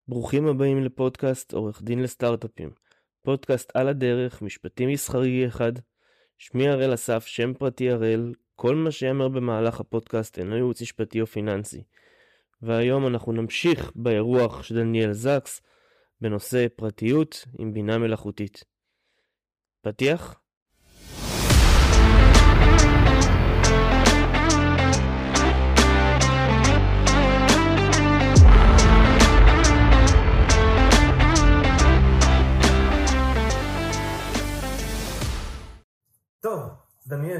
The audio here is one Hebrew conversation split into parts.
ברוכים הבאים לפודקאסט עורך דין לסטארט-אפים. פודקאסט על הדרך, משפטי מסחרי אחד. שמי הראל אסף, שם פרטי הראל. כל מה שאמר במהלך הפודקאסט אינו ייעוץ משפטי או פיננסי. והיום אנחנו נמשיך באירוח של דניאל זקס בנושא פרטיות עם בינה מלאכותית. פתיח? טוב, דניאל,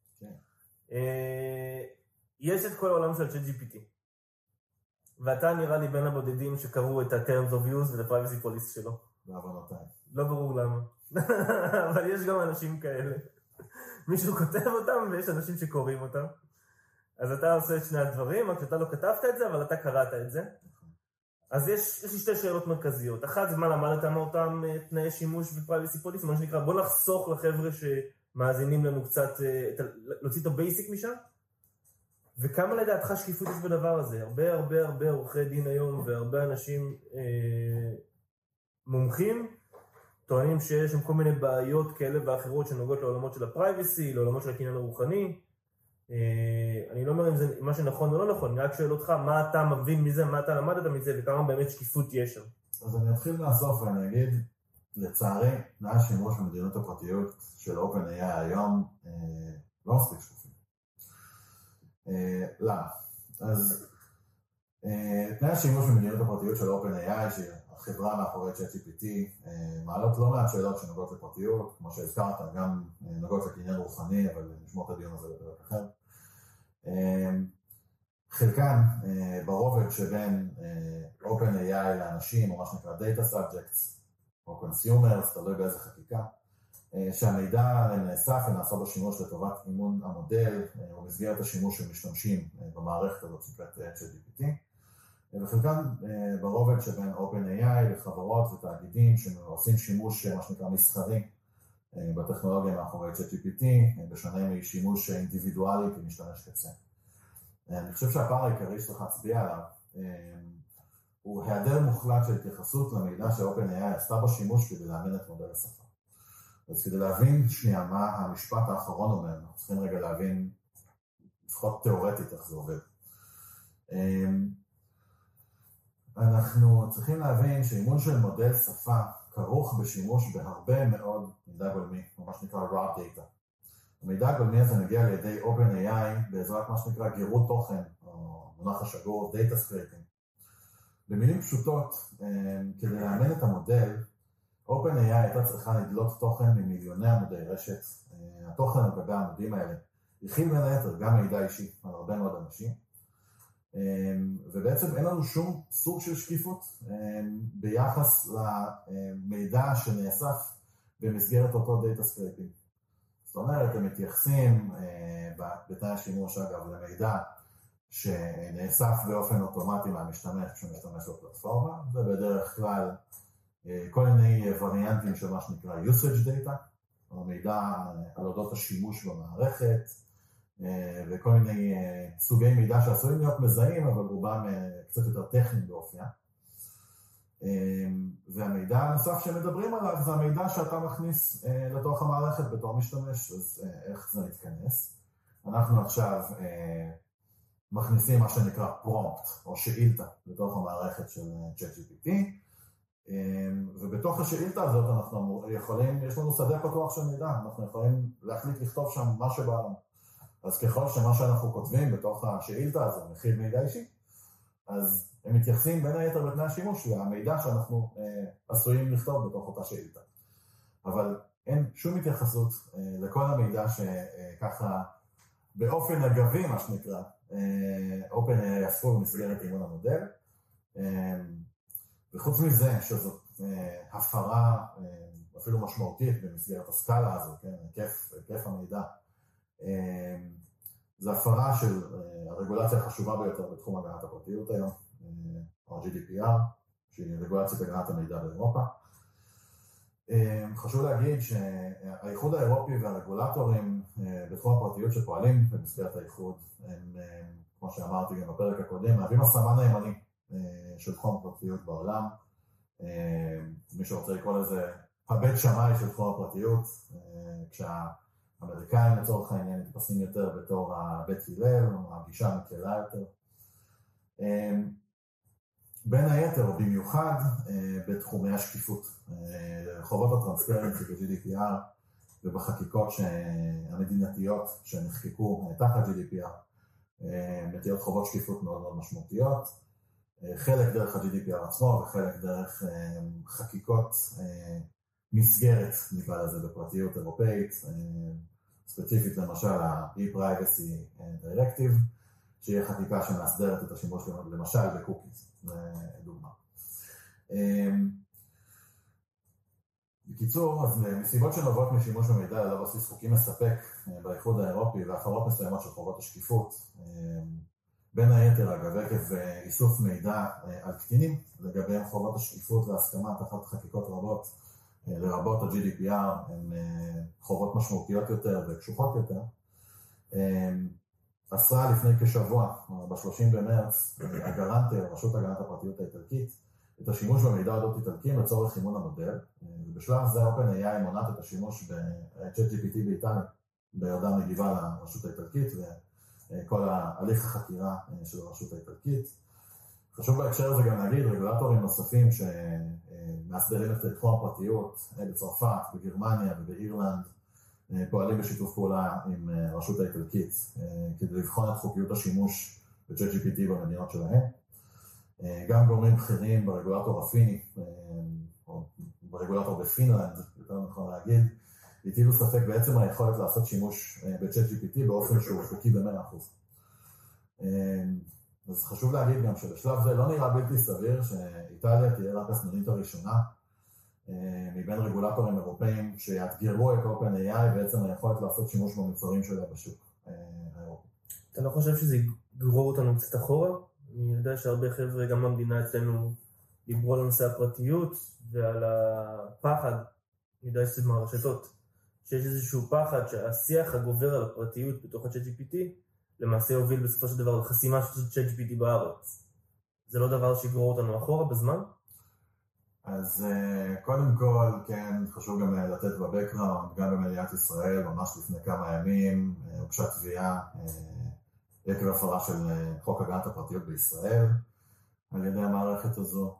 יש את כל העולם של ChatGPT, ואתה נראה לי בין הבודדים שקראו את ה-Terms of Use ואת ה-Privacy Policy שלו. לא ברור למה, אבל יש גם אנשים כאלה. מישהו כותב אותם ויש אנשים שקוראים אותם. אז אתה עושה את שני הדברים, רק שאתה לא כתבת את זה, אבל אתה קראת את זה. אז יש לי שתי שאלות מרכזיות. אחת, מה למדת מאותם תנאי שימוש ו-Privacy Policy, מה שנקרא, בוא נחסוך לחבר'ה מאזינים לנו קצת, להוציא את הבייסיק משם, וכמה לדעתך שקיפות יש בדבר הזה? הרבה עורכי דין היום, והרבה אנשים מומחים, טוענים שיש שם כל מיני בעיות כאלה ואחרות שנוגעות לעולמות של הפרייבסי, לעולמות של הקניין הרוחני. אני לא אומר אם זה מה שנכון או לא נכון, אני רק שואל אותך, מה אתה מבין מזה, מה אתה למדת מזה, וכמה באמת שקיפות יש שם? אז אני אתחיל מהסוף ואני אגיד, לצערי, תנאי השימוש במדינות הפרטיות של OpenAI היום לא מספיק שקופים. למה? אז תנאי השימוש במדינות הפרטיות של OpenAI, שהיא החברה מאחורי ChatGPT, מעלות לא מעט שאלות שנוגעות לפרטיות, כמו שהזכרת, גם נוגעות לקניין רוחני, אבל נשמור את הדיון הזה בפרק אחר. חלקן ברובד שבין OpenAI לאנשים, או מה שנקרא Data Subjects, או Consumers, תלוי באיזה חקיקה, שהמידע נאסף ונעשה בו שימוש לטובת אימון המודל, או מסגרת השימוש שמשתמשים במערכת הזאת שנקראת ChatGPT, וחלקן ברובד שבין OpenAI לחברות ותאגידים שעושים שימוש מה שנקרא מסחרי בטכנולוגיה מאחורי ChatGPT, בשונה משימוש אינדיבידואלי כמשתמש קצה. אני חושב שהפער העיקרי שצריך להצביע עליו הוא היעדר מוחלט של התייחסות למידע ש-OpenAI עשתה בו שימוש כדי לאמן את מודל השפה. אז כדי להבין שנייה מה המשפט האחרון אומר, אנחנו צריכים רגע להבין, לפחות תיאורטית, איך זה עובד. אנחנו צריכים להבין שאימון של מודל שפה כרוך בשימוש בהרבה מאוד מידע גולמי, או מה שנקרא raw data. המידע הגולמי הזה מגיע לידי OpenAI בעזרת מה שנקרא גירות תוכן, או מונח השגור, data scraping. במילים פשוטות, כדי לאמן את המודל, OpenAI הייתה צריכה לדלות תוכן ממיליוני עמודי רשת. התוכן על גבי העמודים האלה הכיל בין היתר גם מידע אישי על הרבה מאוד אנשים, ובעצם אין לנו שום סוג של שקיפות ביחס למידע שנאסף במסגרת אותו data scraping. זאת אומרת, הם מתייחסים בתנאי השימוש אגב למידע שנאסף באופן אוטומטי מהמשתמש כשמשתמש בפלטפורמה, זה בדרך כלל כל מיני וריאנטים של מה שנקרא usage data, או מידע על אודות השימוש במערכת, וכל מיני סוגי מידע שעשויים להיות מזהים, אבל רובם קצת יותר טכניים באופיה. והמידע הנוסף שמדברים עליו זה המידע שאתה מכניס לתוך המערכת בתור משתמש, אז איך זה מתכנס? אנחנו עכשיו מכניסים מה שנקרא prompt או שאילתה לתוך המערכת של ChatGPT, ובתוך השאילתה הזאת אנחנו יכולים, יש לנו שדה פתוח של מידע, אנחנו יכולים להחליט לכתוב שם מה שבא לנו. אז ככל שמה שאנחנו כותבים בתוך השאילתה הזו מכיל מידע אישי, אז הם מתייחסים בין היתר בתנאי השימוש והמידע שאנחנו עשויים לכתוב בתוך אותה שאילתה. אבל אין שום התייחסות לכל המידע שככה באופן אגבי, מה שנקרא, OpenAI אספו במסגרת אימון המודל. וחוץ מזה שזאת הפרה אפילו משמעותית במסגרת הסקאלה הזו, כן? היקף המידע, זו הפרה של הרגולציה החשובה ביותר בתחום הגנת הפרטיות היום, או GDPR, שהיא רגולציית הגנת המידע באירופה. חשוב להגיד שהאיחוד האירופי והרגולטורים בתחום הפרטיות שפועלים במסגרת האיחוד, הם, כמו שאמרתי גם בפרק הקודם, מהווים הסמן הימני של תחום הפרטיות בעולם. מי שרוצה לקרוא לזה הבית שמאי של תחום הפרטיות, כשהאמריקאים לצורך העניין נתפסים יותר בתור הבית הלל, או הגישה המקלה יותר. בין היתר, או במיוחד, בתחומי השקיפות, חובות הטרנספרנסי ב-GDPR ובחקיקות המדינתיות שנחקקו תחת GDPR, מטילות חובות שקיפות מאוד מאוד משמעותיות, חלק דרך ה-GDPR עצמו וחלק דרך חקיקות מסגרת, נקרא לזה בפרטיות אירופאית, ספציפית למשל ה-e-privacy directive, שהיא חקיקה שמאסדרת את השימוש למשל בקוקיז, דוגמה. בקיצור, אז מסיבות שנובעות משימוש במידע על בסיס חוקי מספק באיחוד האירופי והפרות מסוימות של חובות השקיפות, בין היתר אגב עקב איסוף מידע על קטינים, לגבי חובות השקיפות והסכמה תחת חקיקות רבות, לרבות ה-GDPR, הן חובות משמעותיות יותר וקשוחות יותר. אסרה לפני כשבוע, ב-30 במרץ, הגרנטר, רשות הגנת הפרטיות האיטלקית, את השימוש במידע אודות איטלקים לצורך אימון המודל, ובשלב זה OpenAI מונעת את השימוש ב-ChatGPT באיטליה, בהיעדר מגיבה לרשות האיטלקית וכל ההליך החקירה של הרשות האיטלקית. חשוב בהקשר הזה גם להגיד, רגולטורים נוספים שמאסדרים את תחום הפרטיות בצרפת, בגרמניה ובאירלנד, פועלים בשיתוף פעולה עם הרשות האיטלקית כדי לבחון את חוקיות השימוש ב-ChatGPT במדינות שלהם. גם גורמים בכירים ברגולטור הפיני, או ברגולטור בפינלנד, יותר נכון להגיד, הטילו ספק בעצם היכולת לעשות שימוש ב-ChatGPT באופן שהוא חוקי ב-100%. אז חשוב להגיד גם שבשלב זה לא נראה בלתי סביר שאיטליה תהיה רק הסנונית הראשונה מבין רגולטורים אירופאים שיאתגרו את OpenAI בעצם היכולת לעשות שימוש במוצרים שלה בשוק האירופי. אתה לא חושב שזה יגרור אותנו קצת אחורה? אני יודע שהרבה חבר'ה גם במדינה אצלנו דיברו על נושא הפרטיות ועל הפחד, אני יודע שזה מהרשתות, שיש איזשהו פחד שהשיח הגובר על הפרטיות בתוך ה-ChatGPT למעשה יוביל בסופו של דבר לחסימה של ChatGPT בארץ. זה לא דבר שיגרור אותנו אחורה בזמן? אז קודם כל, כן, חשוב גם לתת בבקראונד, גם במדינת ישראל, ממש לפני כמה ימים, הוגשה תביעה עקב הפרה של חוק הגנת הפרטיות בישראל, על ידי המערכת הזו.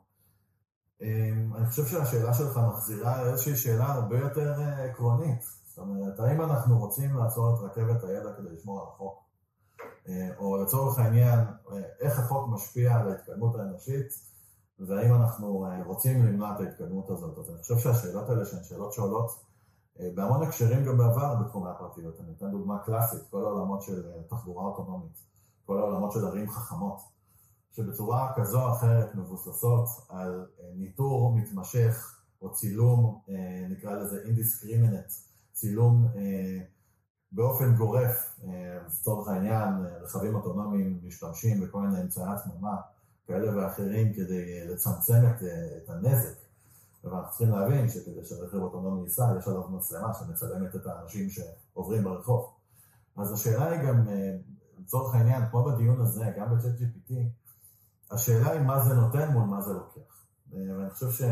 אני חושב שהשאלה שלך מחזירה איזושהי שאלה הרבה יותר עקרונית. זאת אומרת, האם אנחנו רוצים לעצור את רכבת הידע כדי לשמור על החוק? או לצורך העניין, איך החוק משפיע על ההתקדמות האנושית, והאם אנחנו רוצים למנוע את ההתקדמות הזאת. אז אני חושב שהשאלות האלה שהן שאלות שעולות בהמון הקשרים גם בעבר בתחומי הפרטיות. אני אתן דוגמה קלאסית, כל העולמות של תחבורה אוטונומית, כל העולמות של ערים חכמות, שבצורה כזו או אחרת מבוססות על ניטור מתמשך או צילום, נקרא לזה indiscriminate, צילום באופן גורף, לצורך העניין, רכבים אוטונומיים משתמשים בכל מיני אמצעי התממה כאלה ואחרים כדי לצמצם את הנזק. ואנחנו צריכים להבין שכדי שרכב אוטונומי ייסע, יש עליו מצלמה שמצלמת את האנשים שעוברים ברחוב. אז השאלה היא גם, לצורך העניין, כמו בדיון הזה, גם ב-ChatGPT, השאלה היא מה זה נותן מול מה זה לוקח. ואני חושב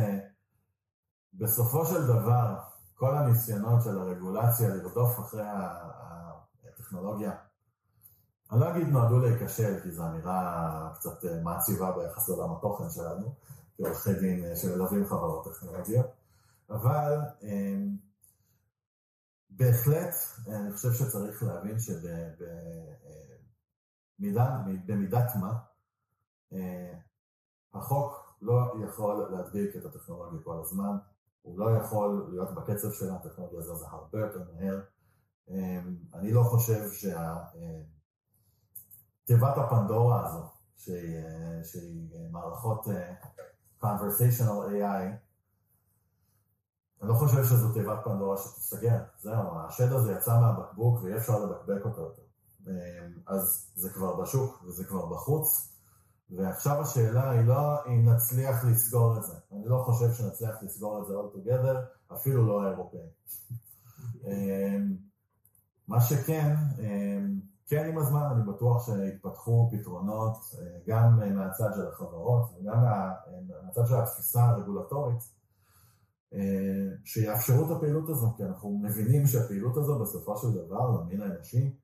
שבסופו של דבר, כל הניסיונות של הרגולציה לרדוף אחרי הטכנולוגיה, אני לא אגיד נועדו להיכשל, כי זו אמירה קצת מעציבה ביחס לעולם התוכן שלנו, כעורכי דין שמלווים חברות טכנולוגיות, אבל בהחלט אני חושב שצריך להבין שבמידת מה, החוק לא יכול להדביק את הטכנולוגיה כל הזמן, הוא לא יכול להיות בקצב של הטכנולוגיה הזו, זה הרבה יותר מהר. אני לא חושב תיבת הפנדורה הזו, שהיא מערכות conversational AI, אני לא חושב שזו תיבת פנדורה שתסתגר. זהו, השד הזה יצא מהבקבוק ואי אפשר לבקבק אותו יותר. אז זה כבר בשוק וזה כבר בחוץ, ועכשיו השאלה היא לא אם נצליח לסגור את זה. אני לא חושב שנצליח לסגור את זה all together, אפילו לא האירופאים. מה שכן, כן, עם הזמן אני בטוח שהתפתחו פתרונות גם מהצד של החברות וגם מהצד של התפיסה הרגולטורית שיאפשרו את הפעילות הזו, כי אנחנו מבינים שהפעילות הזו בסופו של דבר למין האנושי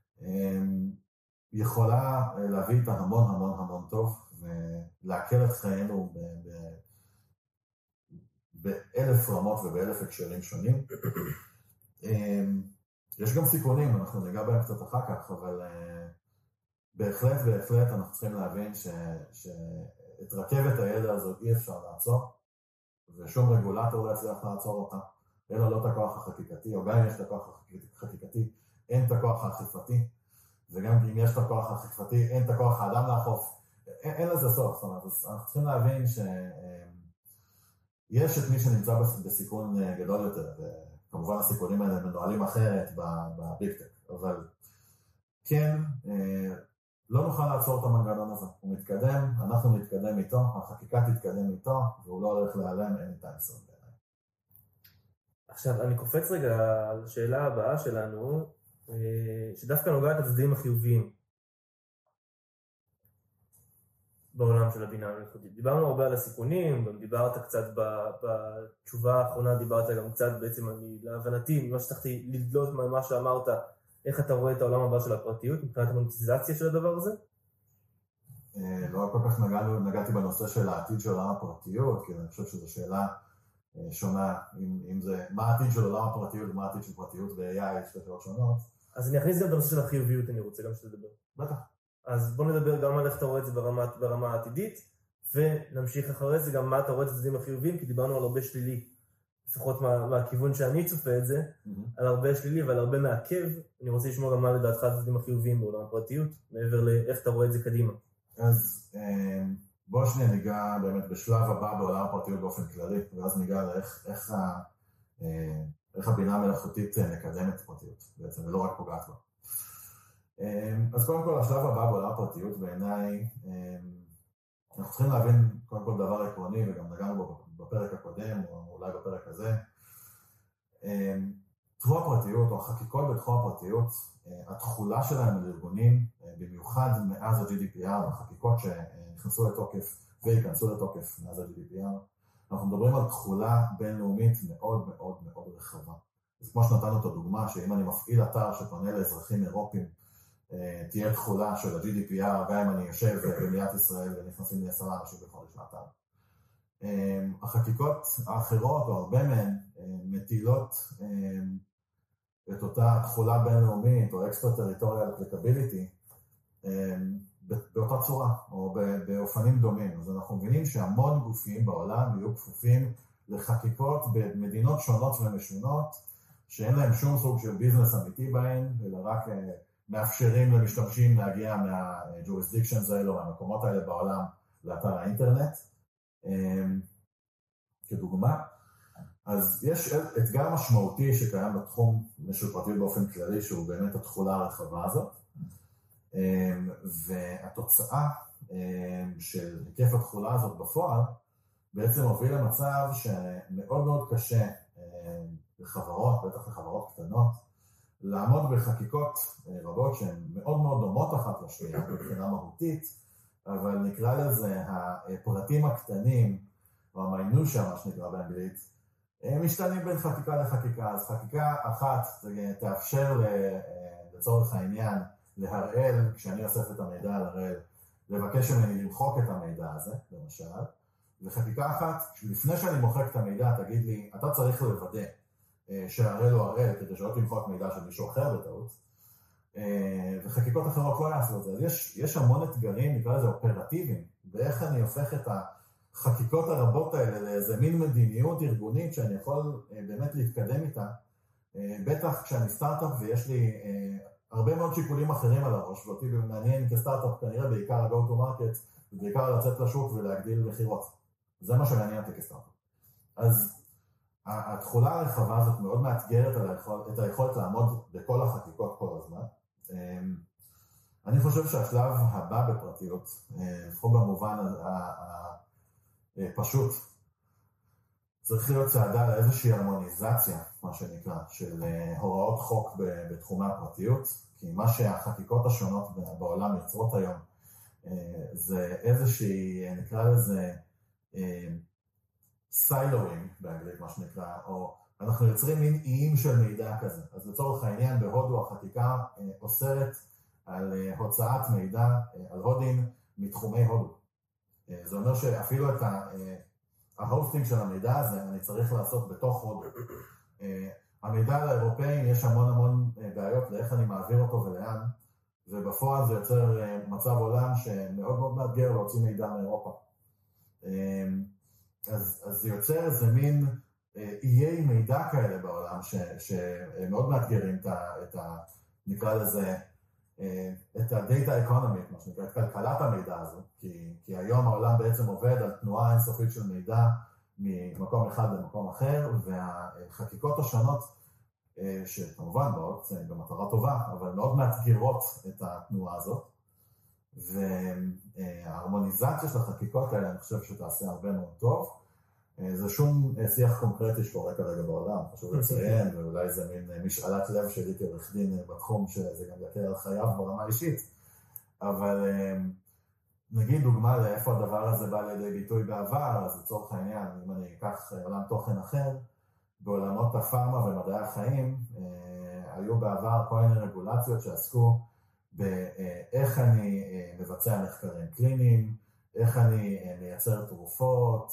יכולה להביא איתה המון המון המון טוב ולהקל את חיינו באלף רמות ובאלף הקשרים שונים. יש גם סיכונים, אנחנו ניגע בהם קצת אחר כך, אבל בהחלט אנחנו צריכים להבין שאת רכבת הידע הזאת אי אפשר לעצור, ושום רגולטור לא יצליח לעצור אותה, אלא לא את הכוח החקיקתי, או גם אם יש את הכוח החקיקתי, אין את הכוח האכיפתי, וגם אם יש את הכוח האכיפתי, אין את הכוח האדם לאכוף, אין לזה סוף. זאת אומרת, אז אנחנו צריכים להבין שיש את מי שנמצא בסיכון גדול יותר, וכמובן הסיכונים האלה מנוהלים אחרת בביג-טק, אבל כן, לא נוכל לעצור את המנגנון הזה, הוא מתקדם, אנחנו נתקדם איתו, החקיקה תתקדם איתו, והוא לא הולך להיעלם, אין איתה ניסיון בעיניי. עכשיו, אני קופץ רגע על השאלה הבאה שלנו, שדווקא נוגעת לצדדים החיוביים בעולם של הבינה המלאכותית. דיברנו הרבה על הסיכונים, גם דיברת קצת בתשובה האחרונה, דיברת גם קצת בעצם להבנתי, ממה שצריכתי לדלות ממה שאמרת, איך אתה רואה את העולם הבא של הפרטיות, מבחינת המוניטיזציה של הדבר הזה? לא כל כך נגעתי בנושא של העתיד של עולם הפרטיות, כי אני חושב שזו שאלה שונה, אם זה מה העתיד של עולם הפרטיות ומה העתיד של פרטיות ב-AI, יש שאלות שונות. אז אני אכניס גם את הנושא של החיוביות, אני רוצה גם שתדבר. בטח. אז בוא נדבר גם על איך אתה רואה את זה ברמה העתידית, ונמשיך אחרי זה גם מה אתה רואה את הצדדים החיוביים, כי דיברנו על הרבה שלילי, לפחות מהכיוון שאני צופה את זה, על הרבה שלילי ועל הרבה מעכב. אני רוצה לשמוע גם מה לדעתך הצדדים החיוביים בעולם הפרטיות, מעבר לאיך אתה רואה את זה קדימה. אז בוא שנייה ניגע באמת בשלב הבא בעולם הפרטיות באופן כללי, ואז ניגע איך הבינה המלאכותית מקדמת פרטיות, בעצם, ולא רק פוגעת בה. אז קודם כל, השלב הבא בעולם הפרטיות בעיניי, אנחנו צריכים להבין קודם כל דבר עקרוני, וגם נגענו בו בפרק הקודם, או אולי בפרק הזה. תחום הפרטיות, או החקיקות בתחום הפרטיות, התחולה שלהם על ארגונים, במיוחד מאז ה-GDPR, החקיקות שנכנסו לתוקף וייכנסו לתוקף מאז ה-GDPR, אנחנו מדברים על תחולה בינלאומית מאוד מאוד מאוד רחבה. אז כמו שנתנו את הדוגמה, שאם אני מפעיל אתר שפונה לאזרחים אירופים, תהיה תחולה של ה-GDPR, גם אם אני יושב במדינת ישראל ונכנסים לי 10 אנשים בחודש לאתר. החקיקות האחרות, או הרבה מהן, מטילות את אותה תחולה בינלאומית, או extraterritorial applicability, באותה צורה, או באופנים דומים. אז אנחנו מבינים שהמון גופים בעולם יהיו כפופים לחקיקות במדינות שונות ומשונות, שאין להם שום סוג של ביזנס אמיתי בהן, אלא רק מאפשרים למשתמשים להגיע מה-jurisdictions האלו, מהמקומות האלה בעולם, לאתר האינטרנט. כדוגמה, אז יש אתגר משמעותי שקיים בתחום של פרטיות באופן כללי, שהוא באמת התחולה הרחבה הזאת, והתוצאה של היקף התחולה הזאת בפועל, בעצם הוביל למצב שמאוד מאוד קשה לחברות, בטח לחברות קטנות, לעמוד בחקיקות רבות שהן מאוד מאוד דומות אחת לשנייה, מבחינה מהותית, אבל נקרא לזה הפרטים הקטנים, או המיינושיה, מה שנקרא באנגלית, משתנים בין חקיקה לחקיקה. אז חקיקה אחת תאפשר לצורך העניין להראל, כשאני אוסף את המידע על הראל, לבקש ממני למחוק את המידע הזה, למשל, וחקיקה אחת, לפני שאני מוחק את המידע, תגיד לי, אתה צריך לוודא שהראל הוא הראל, כדי שלא תמחוק מידע של מישהו אחר בטעות, וחקיקות אחרות לא יעשו את זה. אז יש המון אתגרים, נקרא לזה אופרטיביים, ואיך אני הופך את החקיקות הרבות האלה לאיזה מין מדיניות ארגונית שאני יכול באמת להתקדם איתה, בטח כשאני סטארט-אפ ויש לי הרבה מאוד שיקולים אחרים על הראש, ואותי מעניין כסטארט-אפ כנראה בעיקר ה-go to market, ובעיקר לצאת לשוק ולהגדיל מחירות. זה מה שמעניין אותי כסטארט-אפ. אז התחולה הרחבה הזאת מאוד מאתגרת את היכולת לעמוד בכל החקיקות כל הזמן. אני חושב שהשלב הבא בפרטיות, לפחות במובן הפשוט, צריך להיות צעדה לאיזושהי הרמוניזציה, מה שנקרא, של הוראות חוק בתחומי הפרטיות, כי מה שהחקיקות השונות בעולם יוצרות היום, זה איזושהי, נקרא לזה, סיילואים באנגלית, מה שנקרא, או אנחנו יוצרים מין איים של מידע כזה. אז לצורך העניין, בהודו החקיקה אוסרת על הוצאת מידע, על הודים מתחומי הודו. זה אומר שאפילו את ההוסטינג של המידע הזה, אני צריך לעשות בתוך הודו. המידע לאירופאים יש המון בעיות לאיך אני מעביר אותו ולאן, ובפועל זה יוצר מצב עולם שמאוד מאוד מאתגר להוציא מידע מאירופה. אז זה יוצר איזה מין איי מידע כאלה בעולם שמאוד מאתגרים נקרא לזה, את ה-data economy, מה שנקרא, את כלכלת המידע הזו, כי היום העולם בעצם עובד על תנועה אינסופית של מידע ממקום אחד למקום אחר, והחקיקות השונות, שכמובן מאוד, במטרה טובה, אבל מאוד מאתגרות את התנועה הזאת, וההרמוניזציה של החקיקות האלה, אני חושב שתעשה הרבה מאוד טוב. זה שום שיח קונקרטי שקורה כרגע בעולם, חשוב לציין, ואולי זה מין משאלת לב שלי כעורך דין בתחום, שזה גם יקל על חייו ברמה אישית, אבל נגיד דוגמה לאיפה הדבר הזה בא לידי ביטוי בעבר, אז לצורך העניין, אם אני אקח עולם תוכן אחר, בעולמות הפארמה ומדעי החיים, היו בעבר כל מיני רגולציות שעסקו באיך אני מבצע מחקרים קליניים, איך אני מייצר תרופות,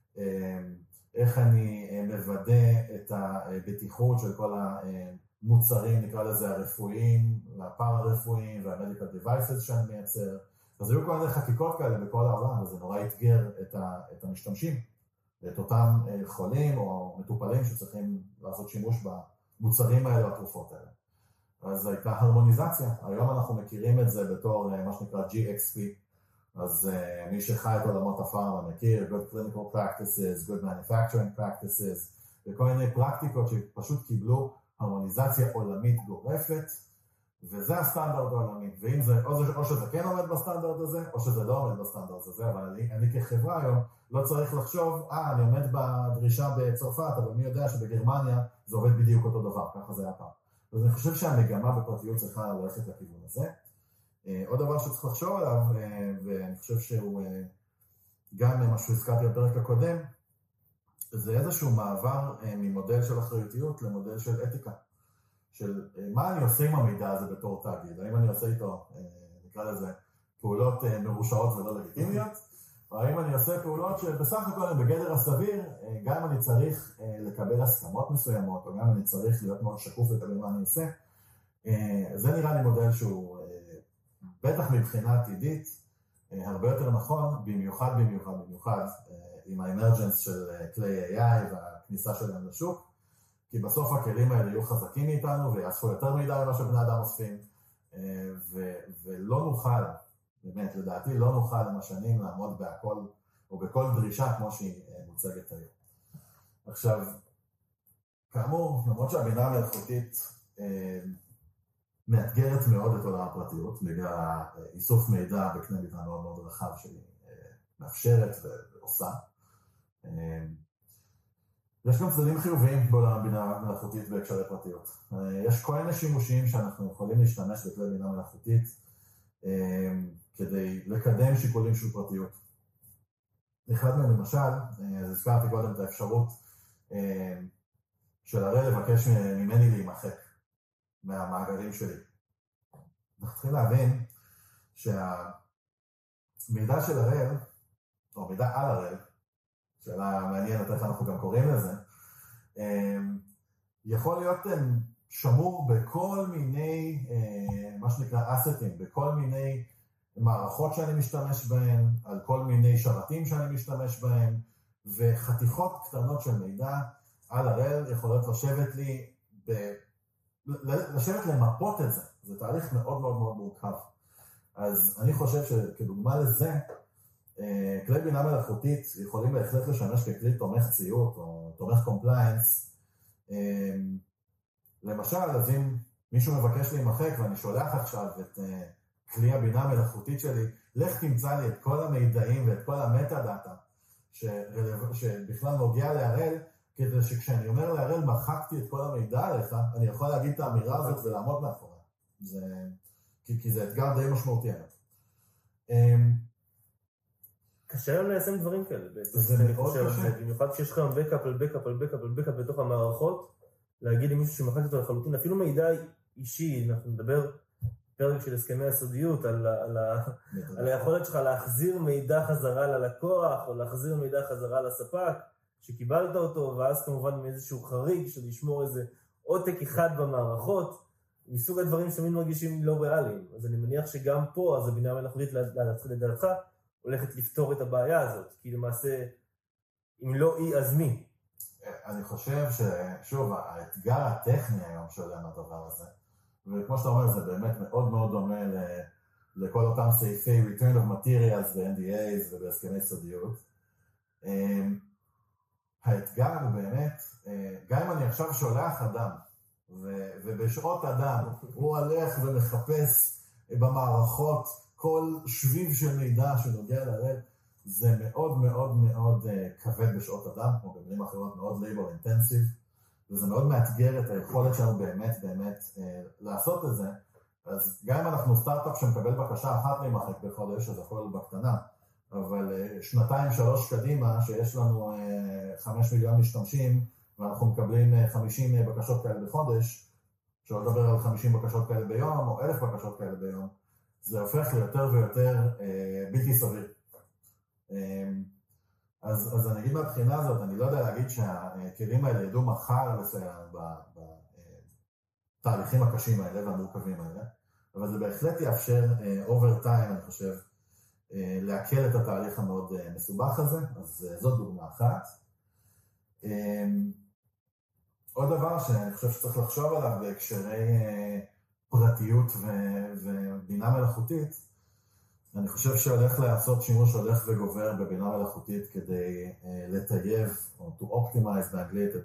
איך אני מוודא את הבטיחות של כל המוצרים, נקרא לזה הרפואיים, והפארה-רפואיים, והמדיקל דיווייסס שאני מייצר. אז היו כל מיני חקיקות כאלה בכל העולם, וזה נורא יתגר את המשתמשים, ואת אותם חולים או מטופלים שצריכים לעשות שימוש במוצרים האלה, התרופות האלה. אז הייתה הרמוניזציה. היום אנחנו מכירים את זה בתור מה שנקרא GXP, אז מי שחי את עולמות הפארמה מכיר, good clinical practices, good manufacturing practices, וכל מיני פרקטיקות שפשוט קיבלו הרמוניזציה עולמית גורפת, וזה הסטנדרט העולמי, ואם זה, או שזה כן עומד בסטנדרט הזה, או שזה לא עומד בסטנדרט הזה, אבל אני כחברה היום לא צריך לחשוב, אני עומד בדרישה בצרפת, אבל מי יודע שבגרמניה זה עובד בדיוק אותו דבר, ככה זה היה פעם. אז אני חושב שהמגמה בפרטיות צריכה ללכת לכיוון הזה. עוד דבר שצריך לחשוב עליו, ואני חושב שהוא גם מה שהזכרתי בפרק הקודם, זה איזשהו מעבר ממודל של אחריותיות למודל של אתיקה. של מה אני עושה עם המידע הזה בתור תאגיד, האם אני עושה איתו, נקרא לזה, פעולות מרושעות ולא לגיטימיות, או האם אני עושה פעולות שבסך הכל הן בגדר הסביר, גם אם אני צריך לקבל הסכמות מסוימות, או גם אם אני צריך להיות מאוד שקוף לקבל מה אני עושה. זה נראה לי מודל שהוא בטח מבחינה עתידית, הרבה יותר נכון, במיוחד עם האמרג'נס של כלי AI והכניסה שלהם לשוק, כי בסוף הכלים האלה יהיו חזקים מאיתנו ויאספו יותר מידע ממה שבני אדם אוספים, ולא נוכל, באמת לדעתי לא נוכל עם השנים לעמוד בהכל או בכל דרישה כמו שהיא מוצגת היום. עכשיו, כאמור, למרות שהבינה המלאכותית מאתגרת מאוד את עולם הפרטיות, בגלל איסוף מידע בקנה מידה מאוד מאוד רחב שהיא מאפשרת ועושה. יש גם צדדים חיוביים בעולם הבינה המלאכותית בהקשרי פרטיות. יש כל מיני שימושים שאנחנו יכולים להשתמש בכלי בינה מלאכותית כדי לקדם שיקולים של פרטיות. אחד מהם למשל, הזכרתי קודם את האפשרות של הראל לבקש ממני להימחק מהמאגרים שלי. אנחנו צריכים להבין שהמידע של הראל, או מידע על הראל, שאלה מעניינת איך אנחנו גם קוראים לזה, יכול להיות שמור בכל מיני, מה שנקרא אסטים, בכל מיני מערכות שאני משתמש בהן, על כל מיני שרתים שאני משתמש בהן, וחתיכות קטנות של מידע על הראל יכולות לשבת למפות את זה. זה תהליך מאוד מאוד מאוד מורכב. אז אני חושב שכדוגמה לזה, כלי בינה מלאכותית יכולים בהחלט לשמש ככלי תומך ציות או תומך קומפליינס. למשל, אז אם מישהו מבקש להימחק ואני שולח עכשיו את כלי הבינה המלאכותית שלי, לך תמצא לי את כל המידעים ואת כל המטה דאטה שבכלל נוגע להראל, כדי שכשאני אומר להראל מחקתי את כל המידע עליך, אני יכול להגיד את האמירה הזאת ולעמוד מאחוריה. כי זה אתגר די משמעותי. קשה לנו ליישם דברים כאלה. זה מאוד קשה. במיוחד כשיש לך בקאפ על בקאפ על בקאפ על בקאפ בתוך המערכות, להגיד למישהו שמחק אותו לחלוטין, אפילו מידע אישי, אנחנו נדבר פרק של הסכמי הסודיות, על היכולת שלך להחזיר מידע חזרה ללקוח, או להחזיר מידע חזרה לספק, שקיבלת אותו, ואז כמובן מאיזשהו חריג של לשמור איזה עותק אחד במערכות, מסוג הדברים שתמיד מרגישים לא ריאליים. אז אני מניח שגם פה, אז הבינה המלאכותית לדעתך, הולכת לפתור את הבעיה הזאת, כי למעשה, אם לא היא, אז מי? אני חושב ששוב, האתגר הטכני היום שעולה מהדבר הזה, וכמו שאתה אומר, זה באמת מאוד מאוד דומה לכל אותם סעיפי return of materials ו-NDAs ובהסכמי סודיות. האתגר הוא באמת, גם אם אני עכשיו שולח אדם, ובשעות אדם הוא הולך ומחפש במערכות כל שביב של מידע שנוגע להראל, זה מאוד מאוד מאוד כבד בשעות אדם, כמו במילים אחרות, מאוד labor intensive, וזה מאוד מאתגר את היכולת שלנו באמת באמת לעשות את זה. אז גם אם אנחנו סטארט-אפ שמקבל בקשה אחת להימחק בחודש, אז הכל בקטנה, אבל 2-3 קדימה, שיש לנו 5 מיליון משתמשים, ואנחנו מקבלים 50 בקשות כאלה בחודש, שלא לדבר על 50 בקשות כאלה ביום, או 1,000 בקשות כאלה ביום, זה הופך ליותר ויותר בלתי סביר. אז אני אגיד מהבחינה הזאת, אני לא יודע להגיד שהכלים האלה ידעו מחר לסייע בתהליכים הקשים האלה והמורכבים האלה, אבל זה בהחלט יאפשר over time, אני חושב, להקל את התהליך המאוד מסובך הזה, אז זאת דוגמה אחת. עוד דבר שאני חושב שצריך לחשוב עליו בהקשרי פרטיות ובינה מלאכותית, אני חושב שהולך לעשות שימוש הולך וגובר בבינה מלאכותית כדי לטייב, או to optimize באנגלית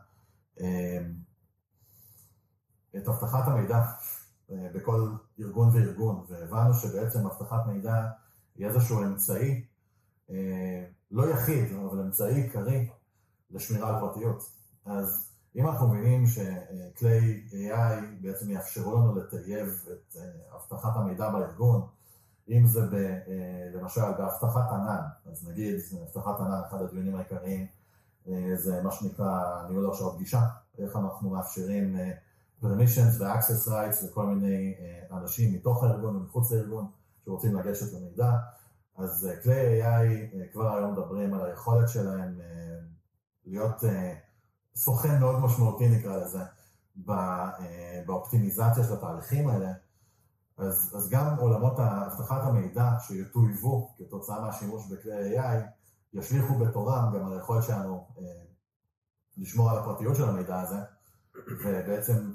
את הבטחת המידע בכל ארגון וארגון, והבנו שבעצם הבטחת מידע היא איזשהו אמצעי, לא יחיד, אבל אמצעי עיקרי לשמירה על פרטיות. אז אם אנחנו מבינים שכלי AI בעצם יאפשרו לנו לטייב את הבטחת המידע בארגון, אם זה למשל בהבטחת ענן, אז נגיד הבטחת ענן, אחד הדיונים העיקריים, זה מה שנקרא ניהול הרשאות גישה, איך אנחנו מאפשרים permissions ו-access rights לכל מיני אנשים מתוך הארגון ומחוץ לארגון שרוצים לגשת למידע. אז כלי AI כבר היום מדברים על היכולת שלהם להיות סוכן מאוד משמעותי נקרא לזה, באופטימיזציה של התהליכים האלה. אז גם עולמות הבטחת המידע שיטויבו כתוצאה מהשימוש בכלי AI, ישליכו בתורם גם על היכולת שלנו לשמור על הפרטיות של המידע הזה, ובעצם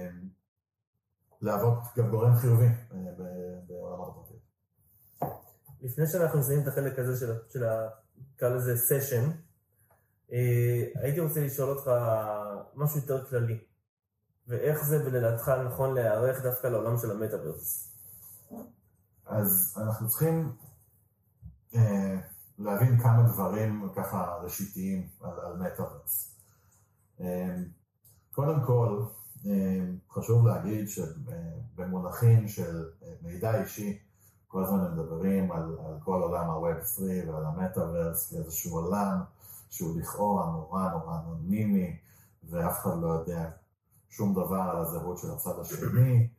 להוות גם גורם חיובי בעולמות הפרטיות. לפני שאנחנו נסיים את החלק הזה של קרא לזה סשן, הייתי רוצה לשאול אותך משהו יותר כללי, ואיך זה ולדעתך נכון להיערך דווקא לעולם של המטאברס? אז אנחנו צריכים להבין כמה דברים ככה ראשיתיים על מטאברס. קודם כל, חשוב להגיד שבמונחים של מידע אישי, כל הזמן הם מדברים על כל עולם ה-Web3 ועל המטאברס כאיזשהו עולם שהוא לכאורה נורא אנונימי, ואף אחד לא יודע שום דבר על הזהות של הצד השני.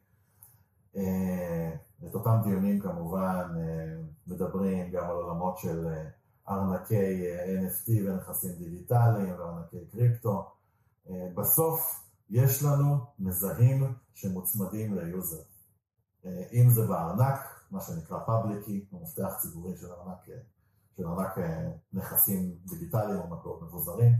את אותם דיונים כמובן מדברים גם על עולמות של ארנקי NFT ונכסים דיגיטליים וארנקי קריפטו. בסוף יש לנו מזהים שמוצמדים ליוזר. אם זה בארנק, מה שנקרא פאבליקי, מפתח ציבורי של ארנק נכסים דיגיטליים או מקורות מבוזרים,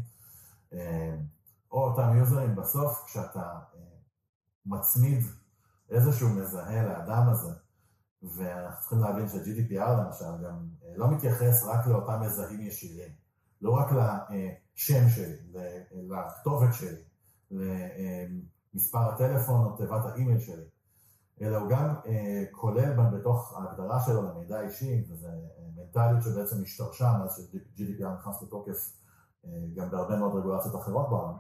או אותם יוזרים בסוף, כשאתה מצמיד איזשהו מזהה לאדם הזה, ואנחנו צריכים להבין ש-GDPR למשל גם לא מתייחס רק לאותם מזהים ישירים, לא רק לשם שלי, לכתובת שלי, למספר הטלפון או תיבת האימייל שלי, אלא הוא גם כולל בתוך ההגדרה שלו למידע אישי, וזו מנטליות שבעצם השתרשה מאז ש-GDPR נכנס לתוקף גם בהרבה מאוד רגולציות אחרות בעולם.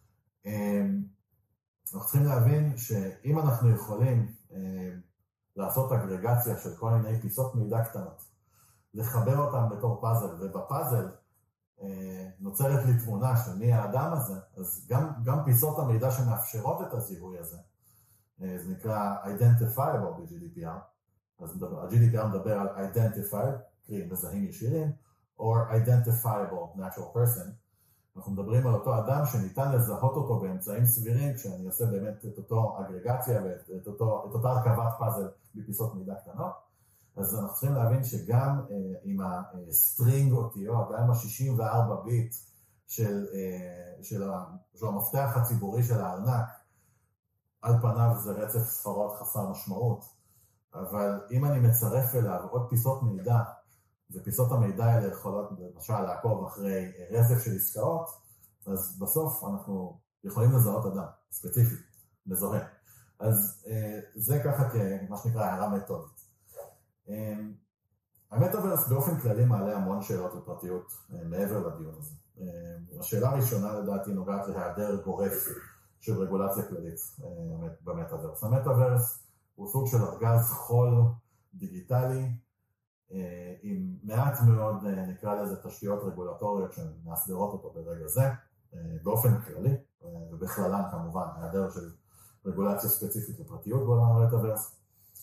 אנחנו צריכים להבין שאם אנחנו יכולים לעשות אגרגציה של כל מיני פיסות מידע קטנות, לחבר אותם בתור פאזל, ובפאזל נוצרת לי תמונה של מי האדם הזה, אז גם פיסות המידע שמאפשרות את הזיהוי הזה, זה נקרא identifiable ב-GDPR, אז ה-GDPR מדבר על identified, קרי מזהים ישירים, or identifiable natural person, אנחנו מדברים על אותו אדם שניתן לזהות אותו באמצעים סבירים, כשאני עושה באמת את אותו אגרגציה ואת אותה הרכבת פאזל בפיסות מידע קטנות, אז אנחנו צריכים להבין שגם עם הסטרינג אותיות, גם עם ה-64 ביט של המפתח הציבורי של הארנק, על פניו זה רצף ספרות חסר משמעות, אבל אם אני מצרף אליו עוד פיסות מידע, ופיסות המידע האלה יכולות למשל לעקוב אחרי רצף של עסקאות, אז בסוף אנחנו יכולים לזהות אדם ספציפי, מזוהה. אז זה ככה מה שנקרא הערה מתודית. המטאברס באופן כללי מעלה המון שאלות לפרטיות מעבר לדיון הזה. השאלה הראשונה לדעתי נוגעת להיעדר גורף של רגולציה כללית במטאברס. המטאברס הוא סוג של ארגז חול דיגיטלי, עם מעט מאוד, נקרא לזה, תשתיות רגולטוריות שמאסדרות אותו ברגע זה, באופן כללי, ובכללן כמובן, היעדר של רגולציה ספציפית לפרטיות בעולם המטאברס.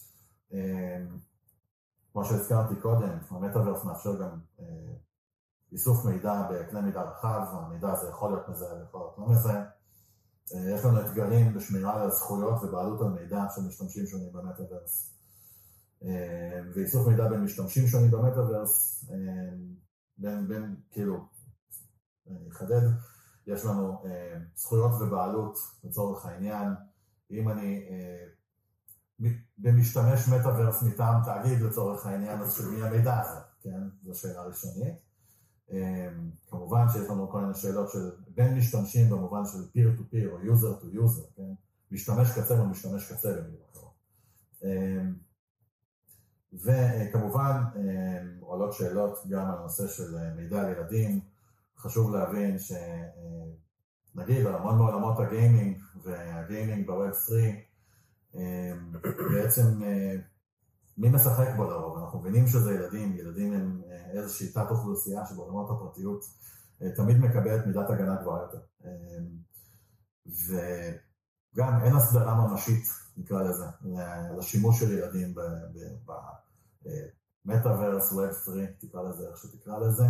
כמו שהזכרתי קודם, המטאברס מאפשר גם איסוף מידע בקנה מידה רחב, המידע הזה יכול להיות מזהה ויכול להיות לא מזהה. יש לנו אתגרים בשמירה על הזכויות ובעלות על מידע של משתמשים שונים במטאברס. ואיסוף מידע בין משתמשים שונים במטאברס, כאילו, אני אחדד, יש לנו זכויות ובעלות לצורך העניין, אם אני במשתמש מטאברס מטעם תאגיד לצורך העניין, אז של מי המידע הזה, כן? זו שאלה ראשונית. כמובן שיש לנו כל מיני שאלות של בין משתמשים במובן של peer to peer או user to user, כן? משתמש קצה ומשתמש קצה במילים אחרות. וכמובן עולות שאלות גם על הנושא של מידע על ילדים. חשוב להבין שנגיד על המון מעולמות הגיימינג והגיימינג בווב 3, בעצם מי משחק בו לרוב? אנחנו מבינים שזה ילדים, ילדים הם איזושהי תת אוכלוסייה שבעולמות הפרטיות תמיד מקבלת מידת הגנה גבוהה יותר. וגם אין הסדרה ממשית, נקרא לזה, לשימוש של ילדים במטאברס, ווב 3, תקרא לזה איך שתקרא לזה.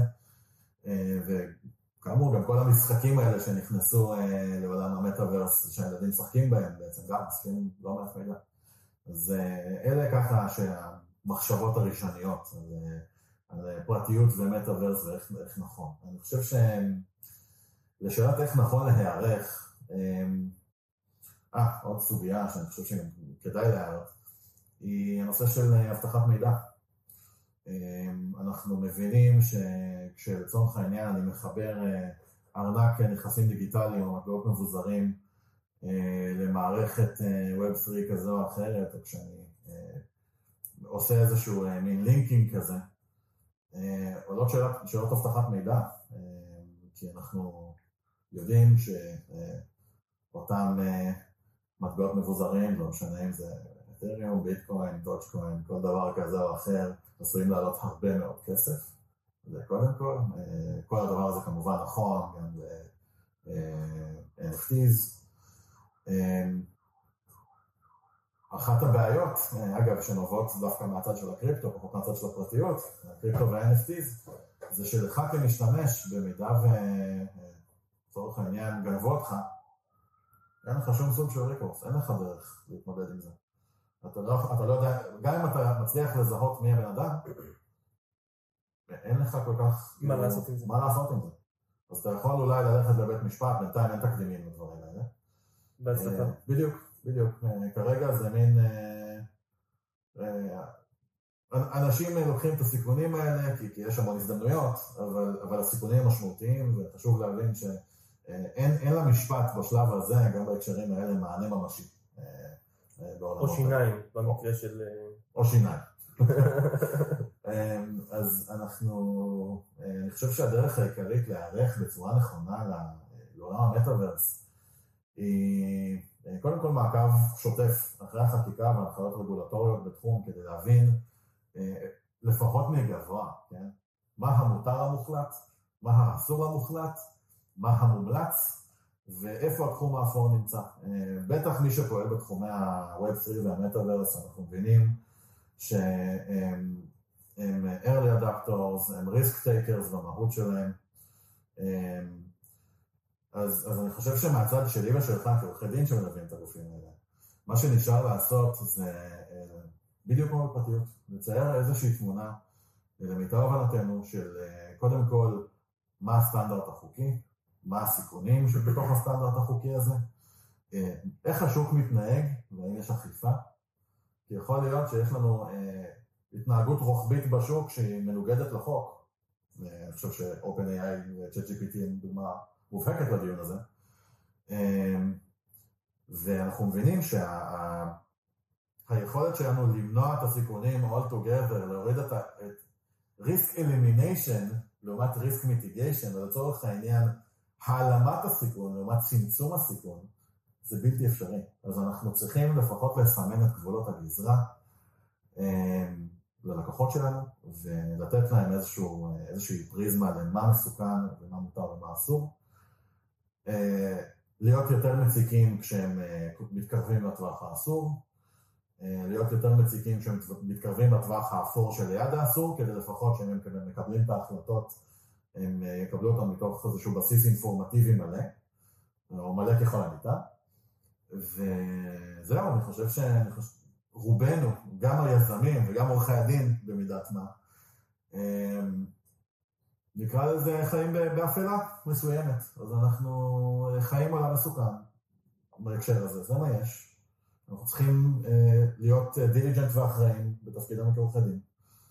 וכאמור, גם כל המשחקים האלה שנכנסו לעולם המטאברס, שהילדים משחקים בהם, בעצם גם משחקים לא מעט מידע. אז אלה ככה שהמחשבות הראשוניות על פרטיות ומטאברס ואיך נכון. אני חושב שלשאלת איך נכון להיערך, עוד סוגיה שאני חושב שכדאי להיערך, היא הנושא של הבטחת מידע. אנחנו מבינים שכשלצורך העניין אני מחבר ארנק נכסים דיגיטליים או מטבעות מבוזרים למערכת ווב 3 כזו או אחרת, או כשאני עושה איזשהו מין לינקינג כזה, עולות שאלות הבטחת מידע, כי אנחנו יודעים שאותם מטבעות מבוזרים, לא משנה אם זה אתריום, ביטקוין, דוטשקוין, כל דבר כזה או אחר, עשויים לעלות הרבה מאוד כסף. זה קודם כל הדבר הזה כמובן נכון, גם ב-NFTs. אחת הבעיות, אגב, שנובעות דווקא מהצד של הקריפטו, פחות מהצד של הפרטיות, הקריפטו וה-NFTs, זה שלך כמשתמש במידה וצורך העניין גנבו אותך, אין לך שום סוג של ריקורס, אין לך דרך להתמודד עם זה. אתה לא יודע, גם אם אתה מצליח לזהות מי הבן אדם, אין לך כל כך מה לעשות עם זה. מה לעשות עם זה. אז אתה יכול אולי ללכת לבית משפט, בינתיים אין תקדימים לדברים האלה. בהצלחה. בדיוק. כרגע זה מין... אנשים לוקחים את הסיכונים האלה, כי יש המון הזדמנויות, אבל הסיכונים משמעותיים, וחשוב להבין שאין למשפט בשלב הזה, גם בהקשרים האלה, מענה ממשי. או שיניים, במקרה של... או שיניים. אז אני חושב שהדרך העיקרית להיערך בצורה נכונה לעולם המטאברס היא קודם כל מעקב שוטף אחרי החקיקה והנחיות רגולטוריות בתחום כדי להבין לפחות מגבוה, כן? מה המותר המוחלט, מה האסור המוחלט, מה המומלץ ואיפה התחום האפור נמצא. בטח מי שפועל בתחומי ה-Web3 והמטאברס, אנחנו מבינים שהם early adapters, הם risk takers במהות שלהם. אז אני חושב שמהצד שלי ושלך כעורכי דין שמלווים את הגופים האלה, מה שנשאר לעשות זה בדיוק כמו בפרטיות, לצייר איזושהי תמונה למיטב הבנתנו של קודם כל מה הסטנדרט החוקי, מה הסיכונים שבתוך הסטנדרט החוקי הזה, איך השוק מתנהג והאם יש אכיפה, כי יכול להיות שיש לנו התנהגות רוחבית בשוק שהיא מנוגדת לחוק. אני חושב ש-OpenAI ו-ChatGPT הם דוגמה מובהקת לדיון הזה. ואנחנו מבינים שהיכולת שלנו למנוע את הסיכונים all together, להוריד את risk elimination לעומת risk mitigation, ולצורך העניין העלמת הסיכון לעומת צמצום הסיכון, זה בלתי אפשרי. אז אנחנו צריכים לפחות לסמן את גבולות הגזרה ללקוחות שלנו, ולתת להם איזושהי פריזמה למה מסוכן ומה מותר ומה אסור. להיות יותר מציקים כשהם מתקרבים לטווח האסור, להיות יותר מציקים כשהם מתקרבים לטווח האפור שליד האסור, כדי לפחות שהם מקבלים את ההחלטות, הם יקבלו אותם מתוך איזשהו בסיס אינפורמטיבי מלא, או מלא ככל הניתן. וזהו, אני חושב רובנו, גם היזמים וגם עורכי הדין במידת מה, נקרא לזה חיים באפלה מסוימת. אז אנחנו חיים עולם מסוכן בהקשר הזה, זה מה יש. אנחנו צריכים להיות דיליג'נט ואחראים בתפקידנו כעורכי דין.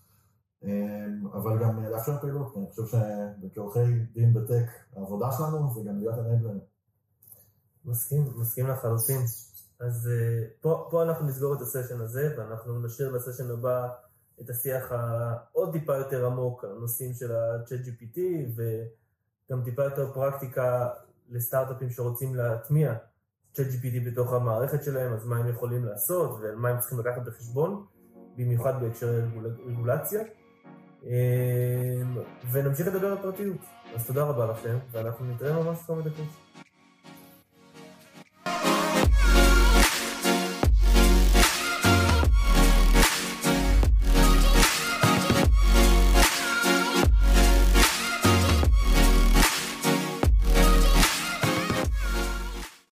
אבל גם לאפשר פעילות, כי אני חושב שכעורכי דין בטק, העבודה שלנו זה גם להיות אנבלרים. מסכים לחלוטין. אז פה אנחנו נסגור את הסשן הזה, ואנחנו נשאיר לסשן הבא את השיח העוד טיפה יותר עמוק, הנושאים של ה-ChatGPT, וגם טיפה יותר פרקטיקה לסטארט-אפים שרוצים להטמיע ChatGPT בתוך המערכת שלהם, אז מה הם יכולים לעשות, ומה הם צריכים לקחת בחשבון, במיוחד בהקשר רגולציה. ונמשיך לדבר על פרטיות. אז תודה רבה לכם, ואנחנו נתראה ממש כמה דקות.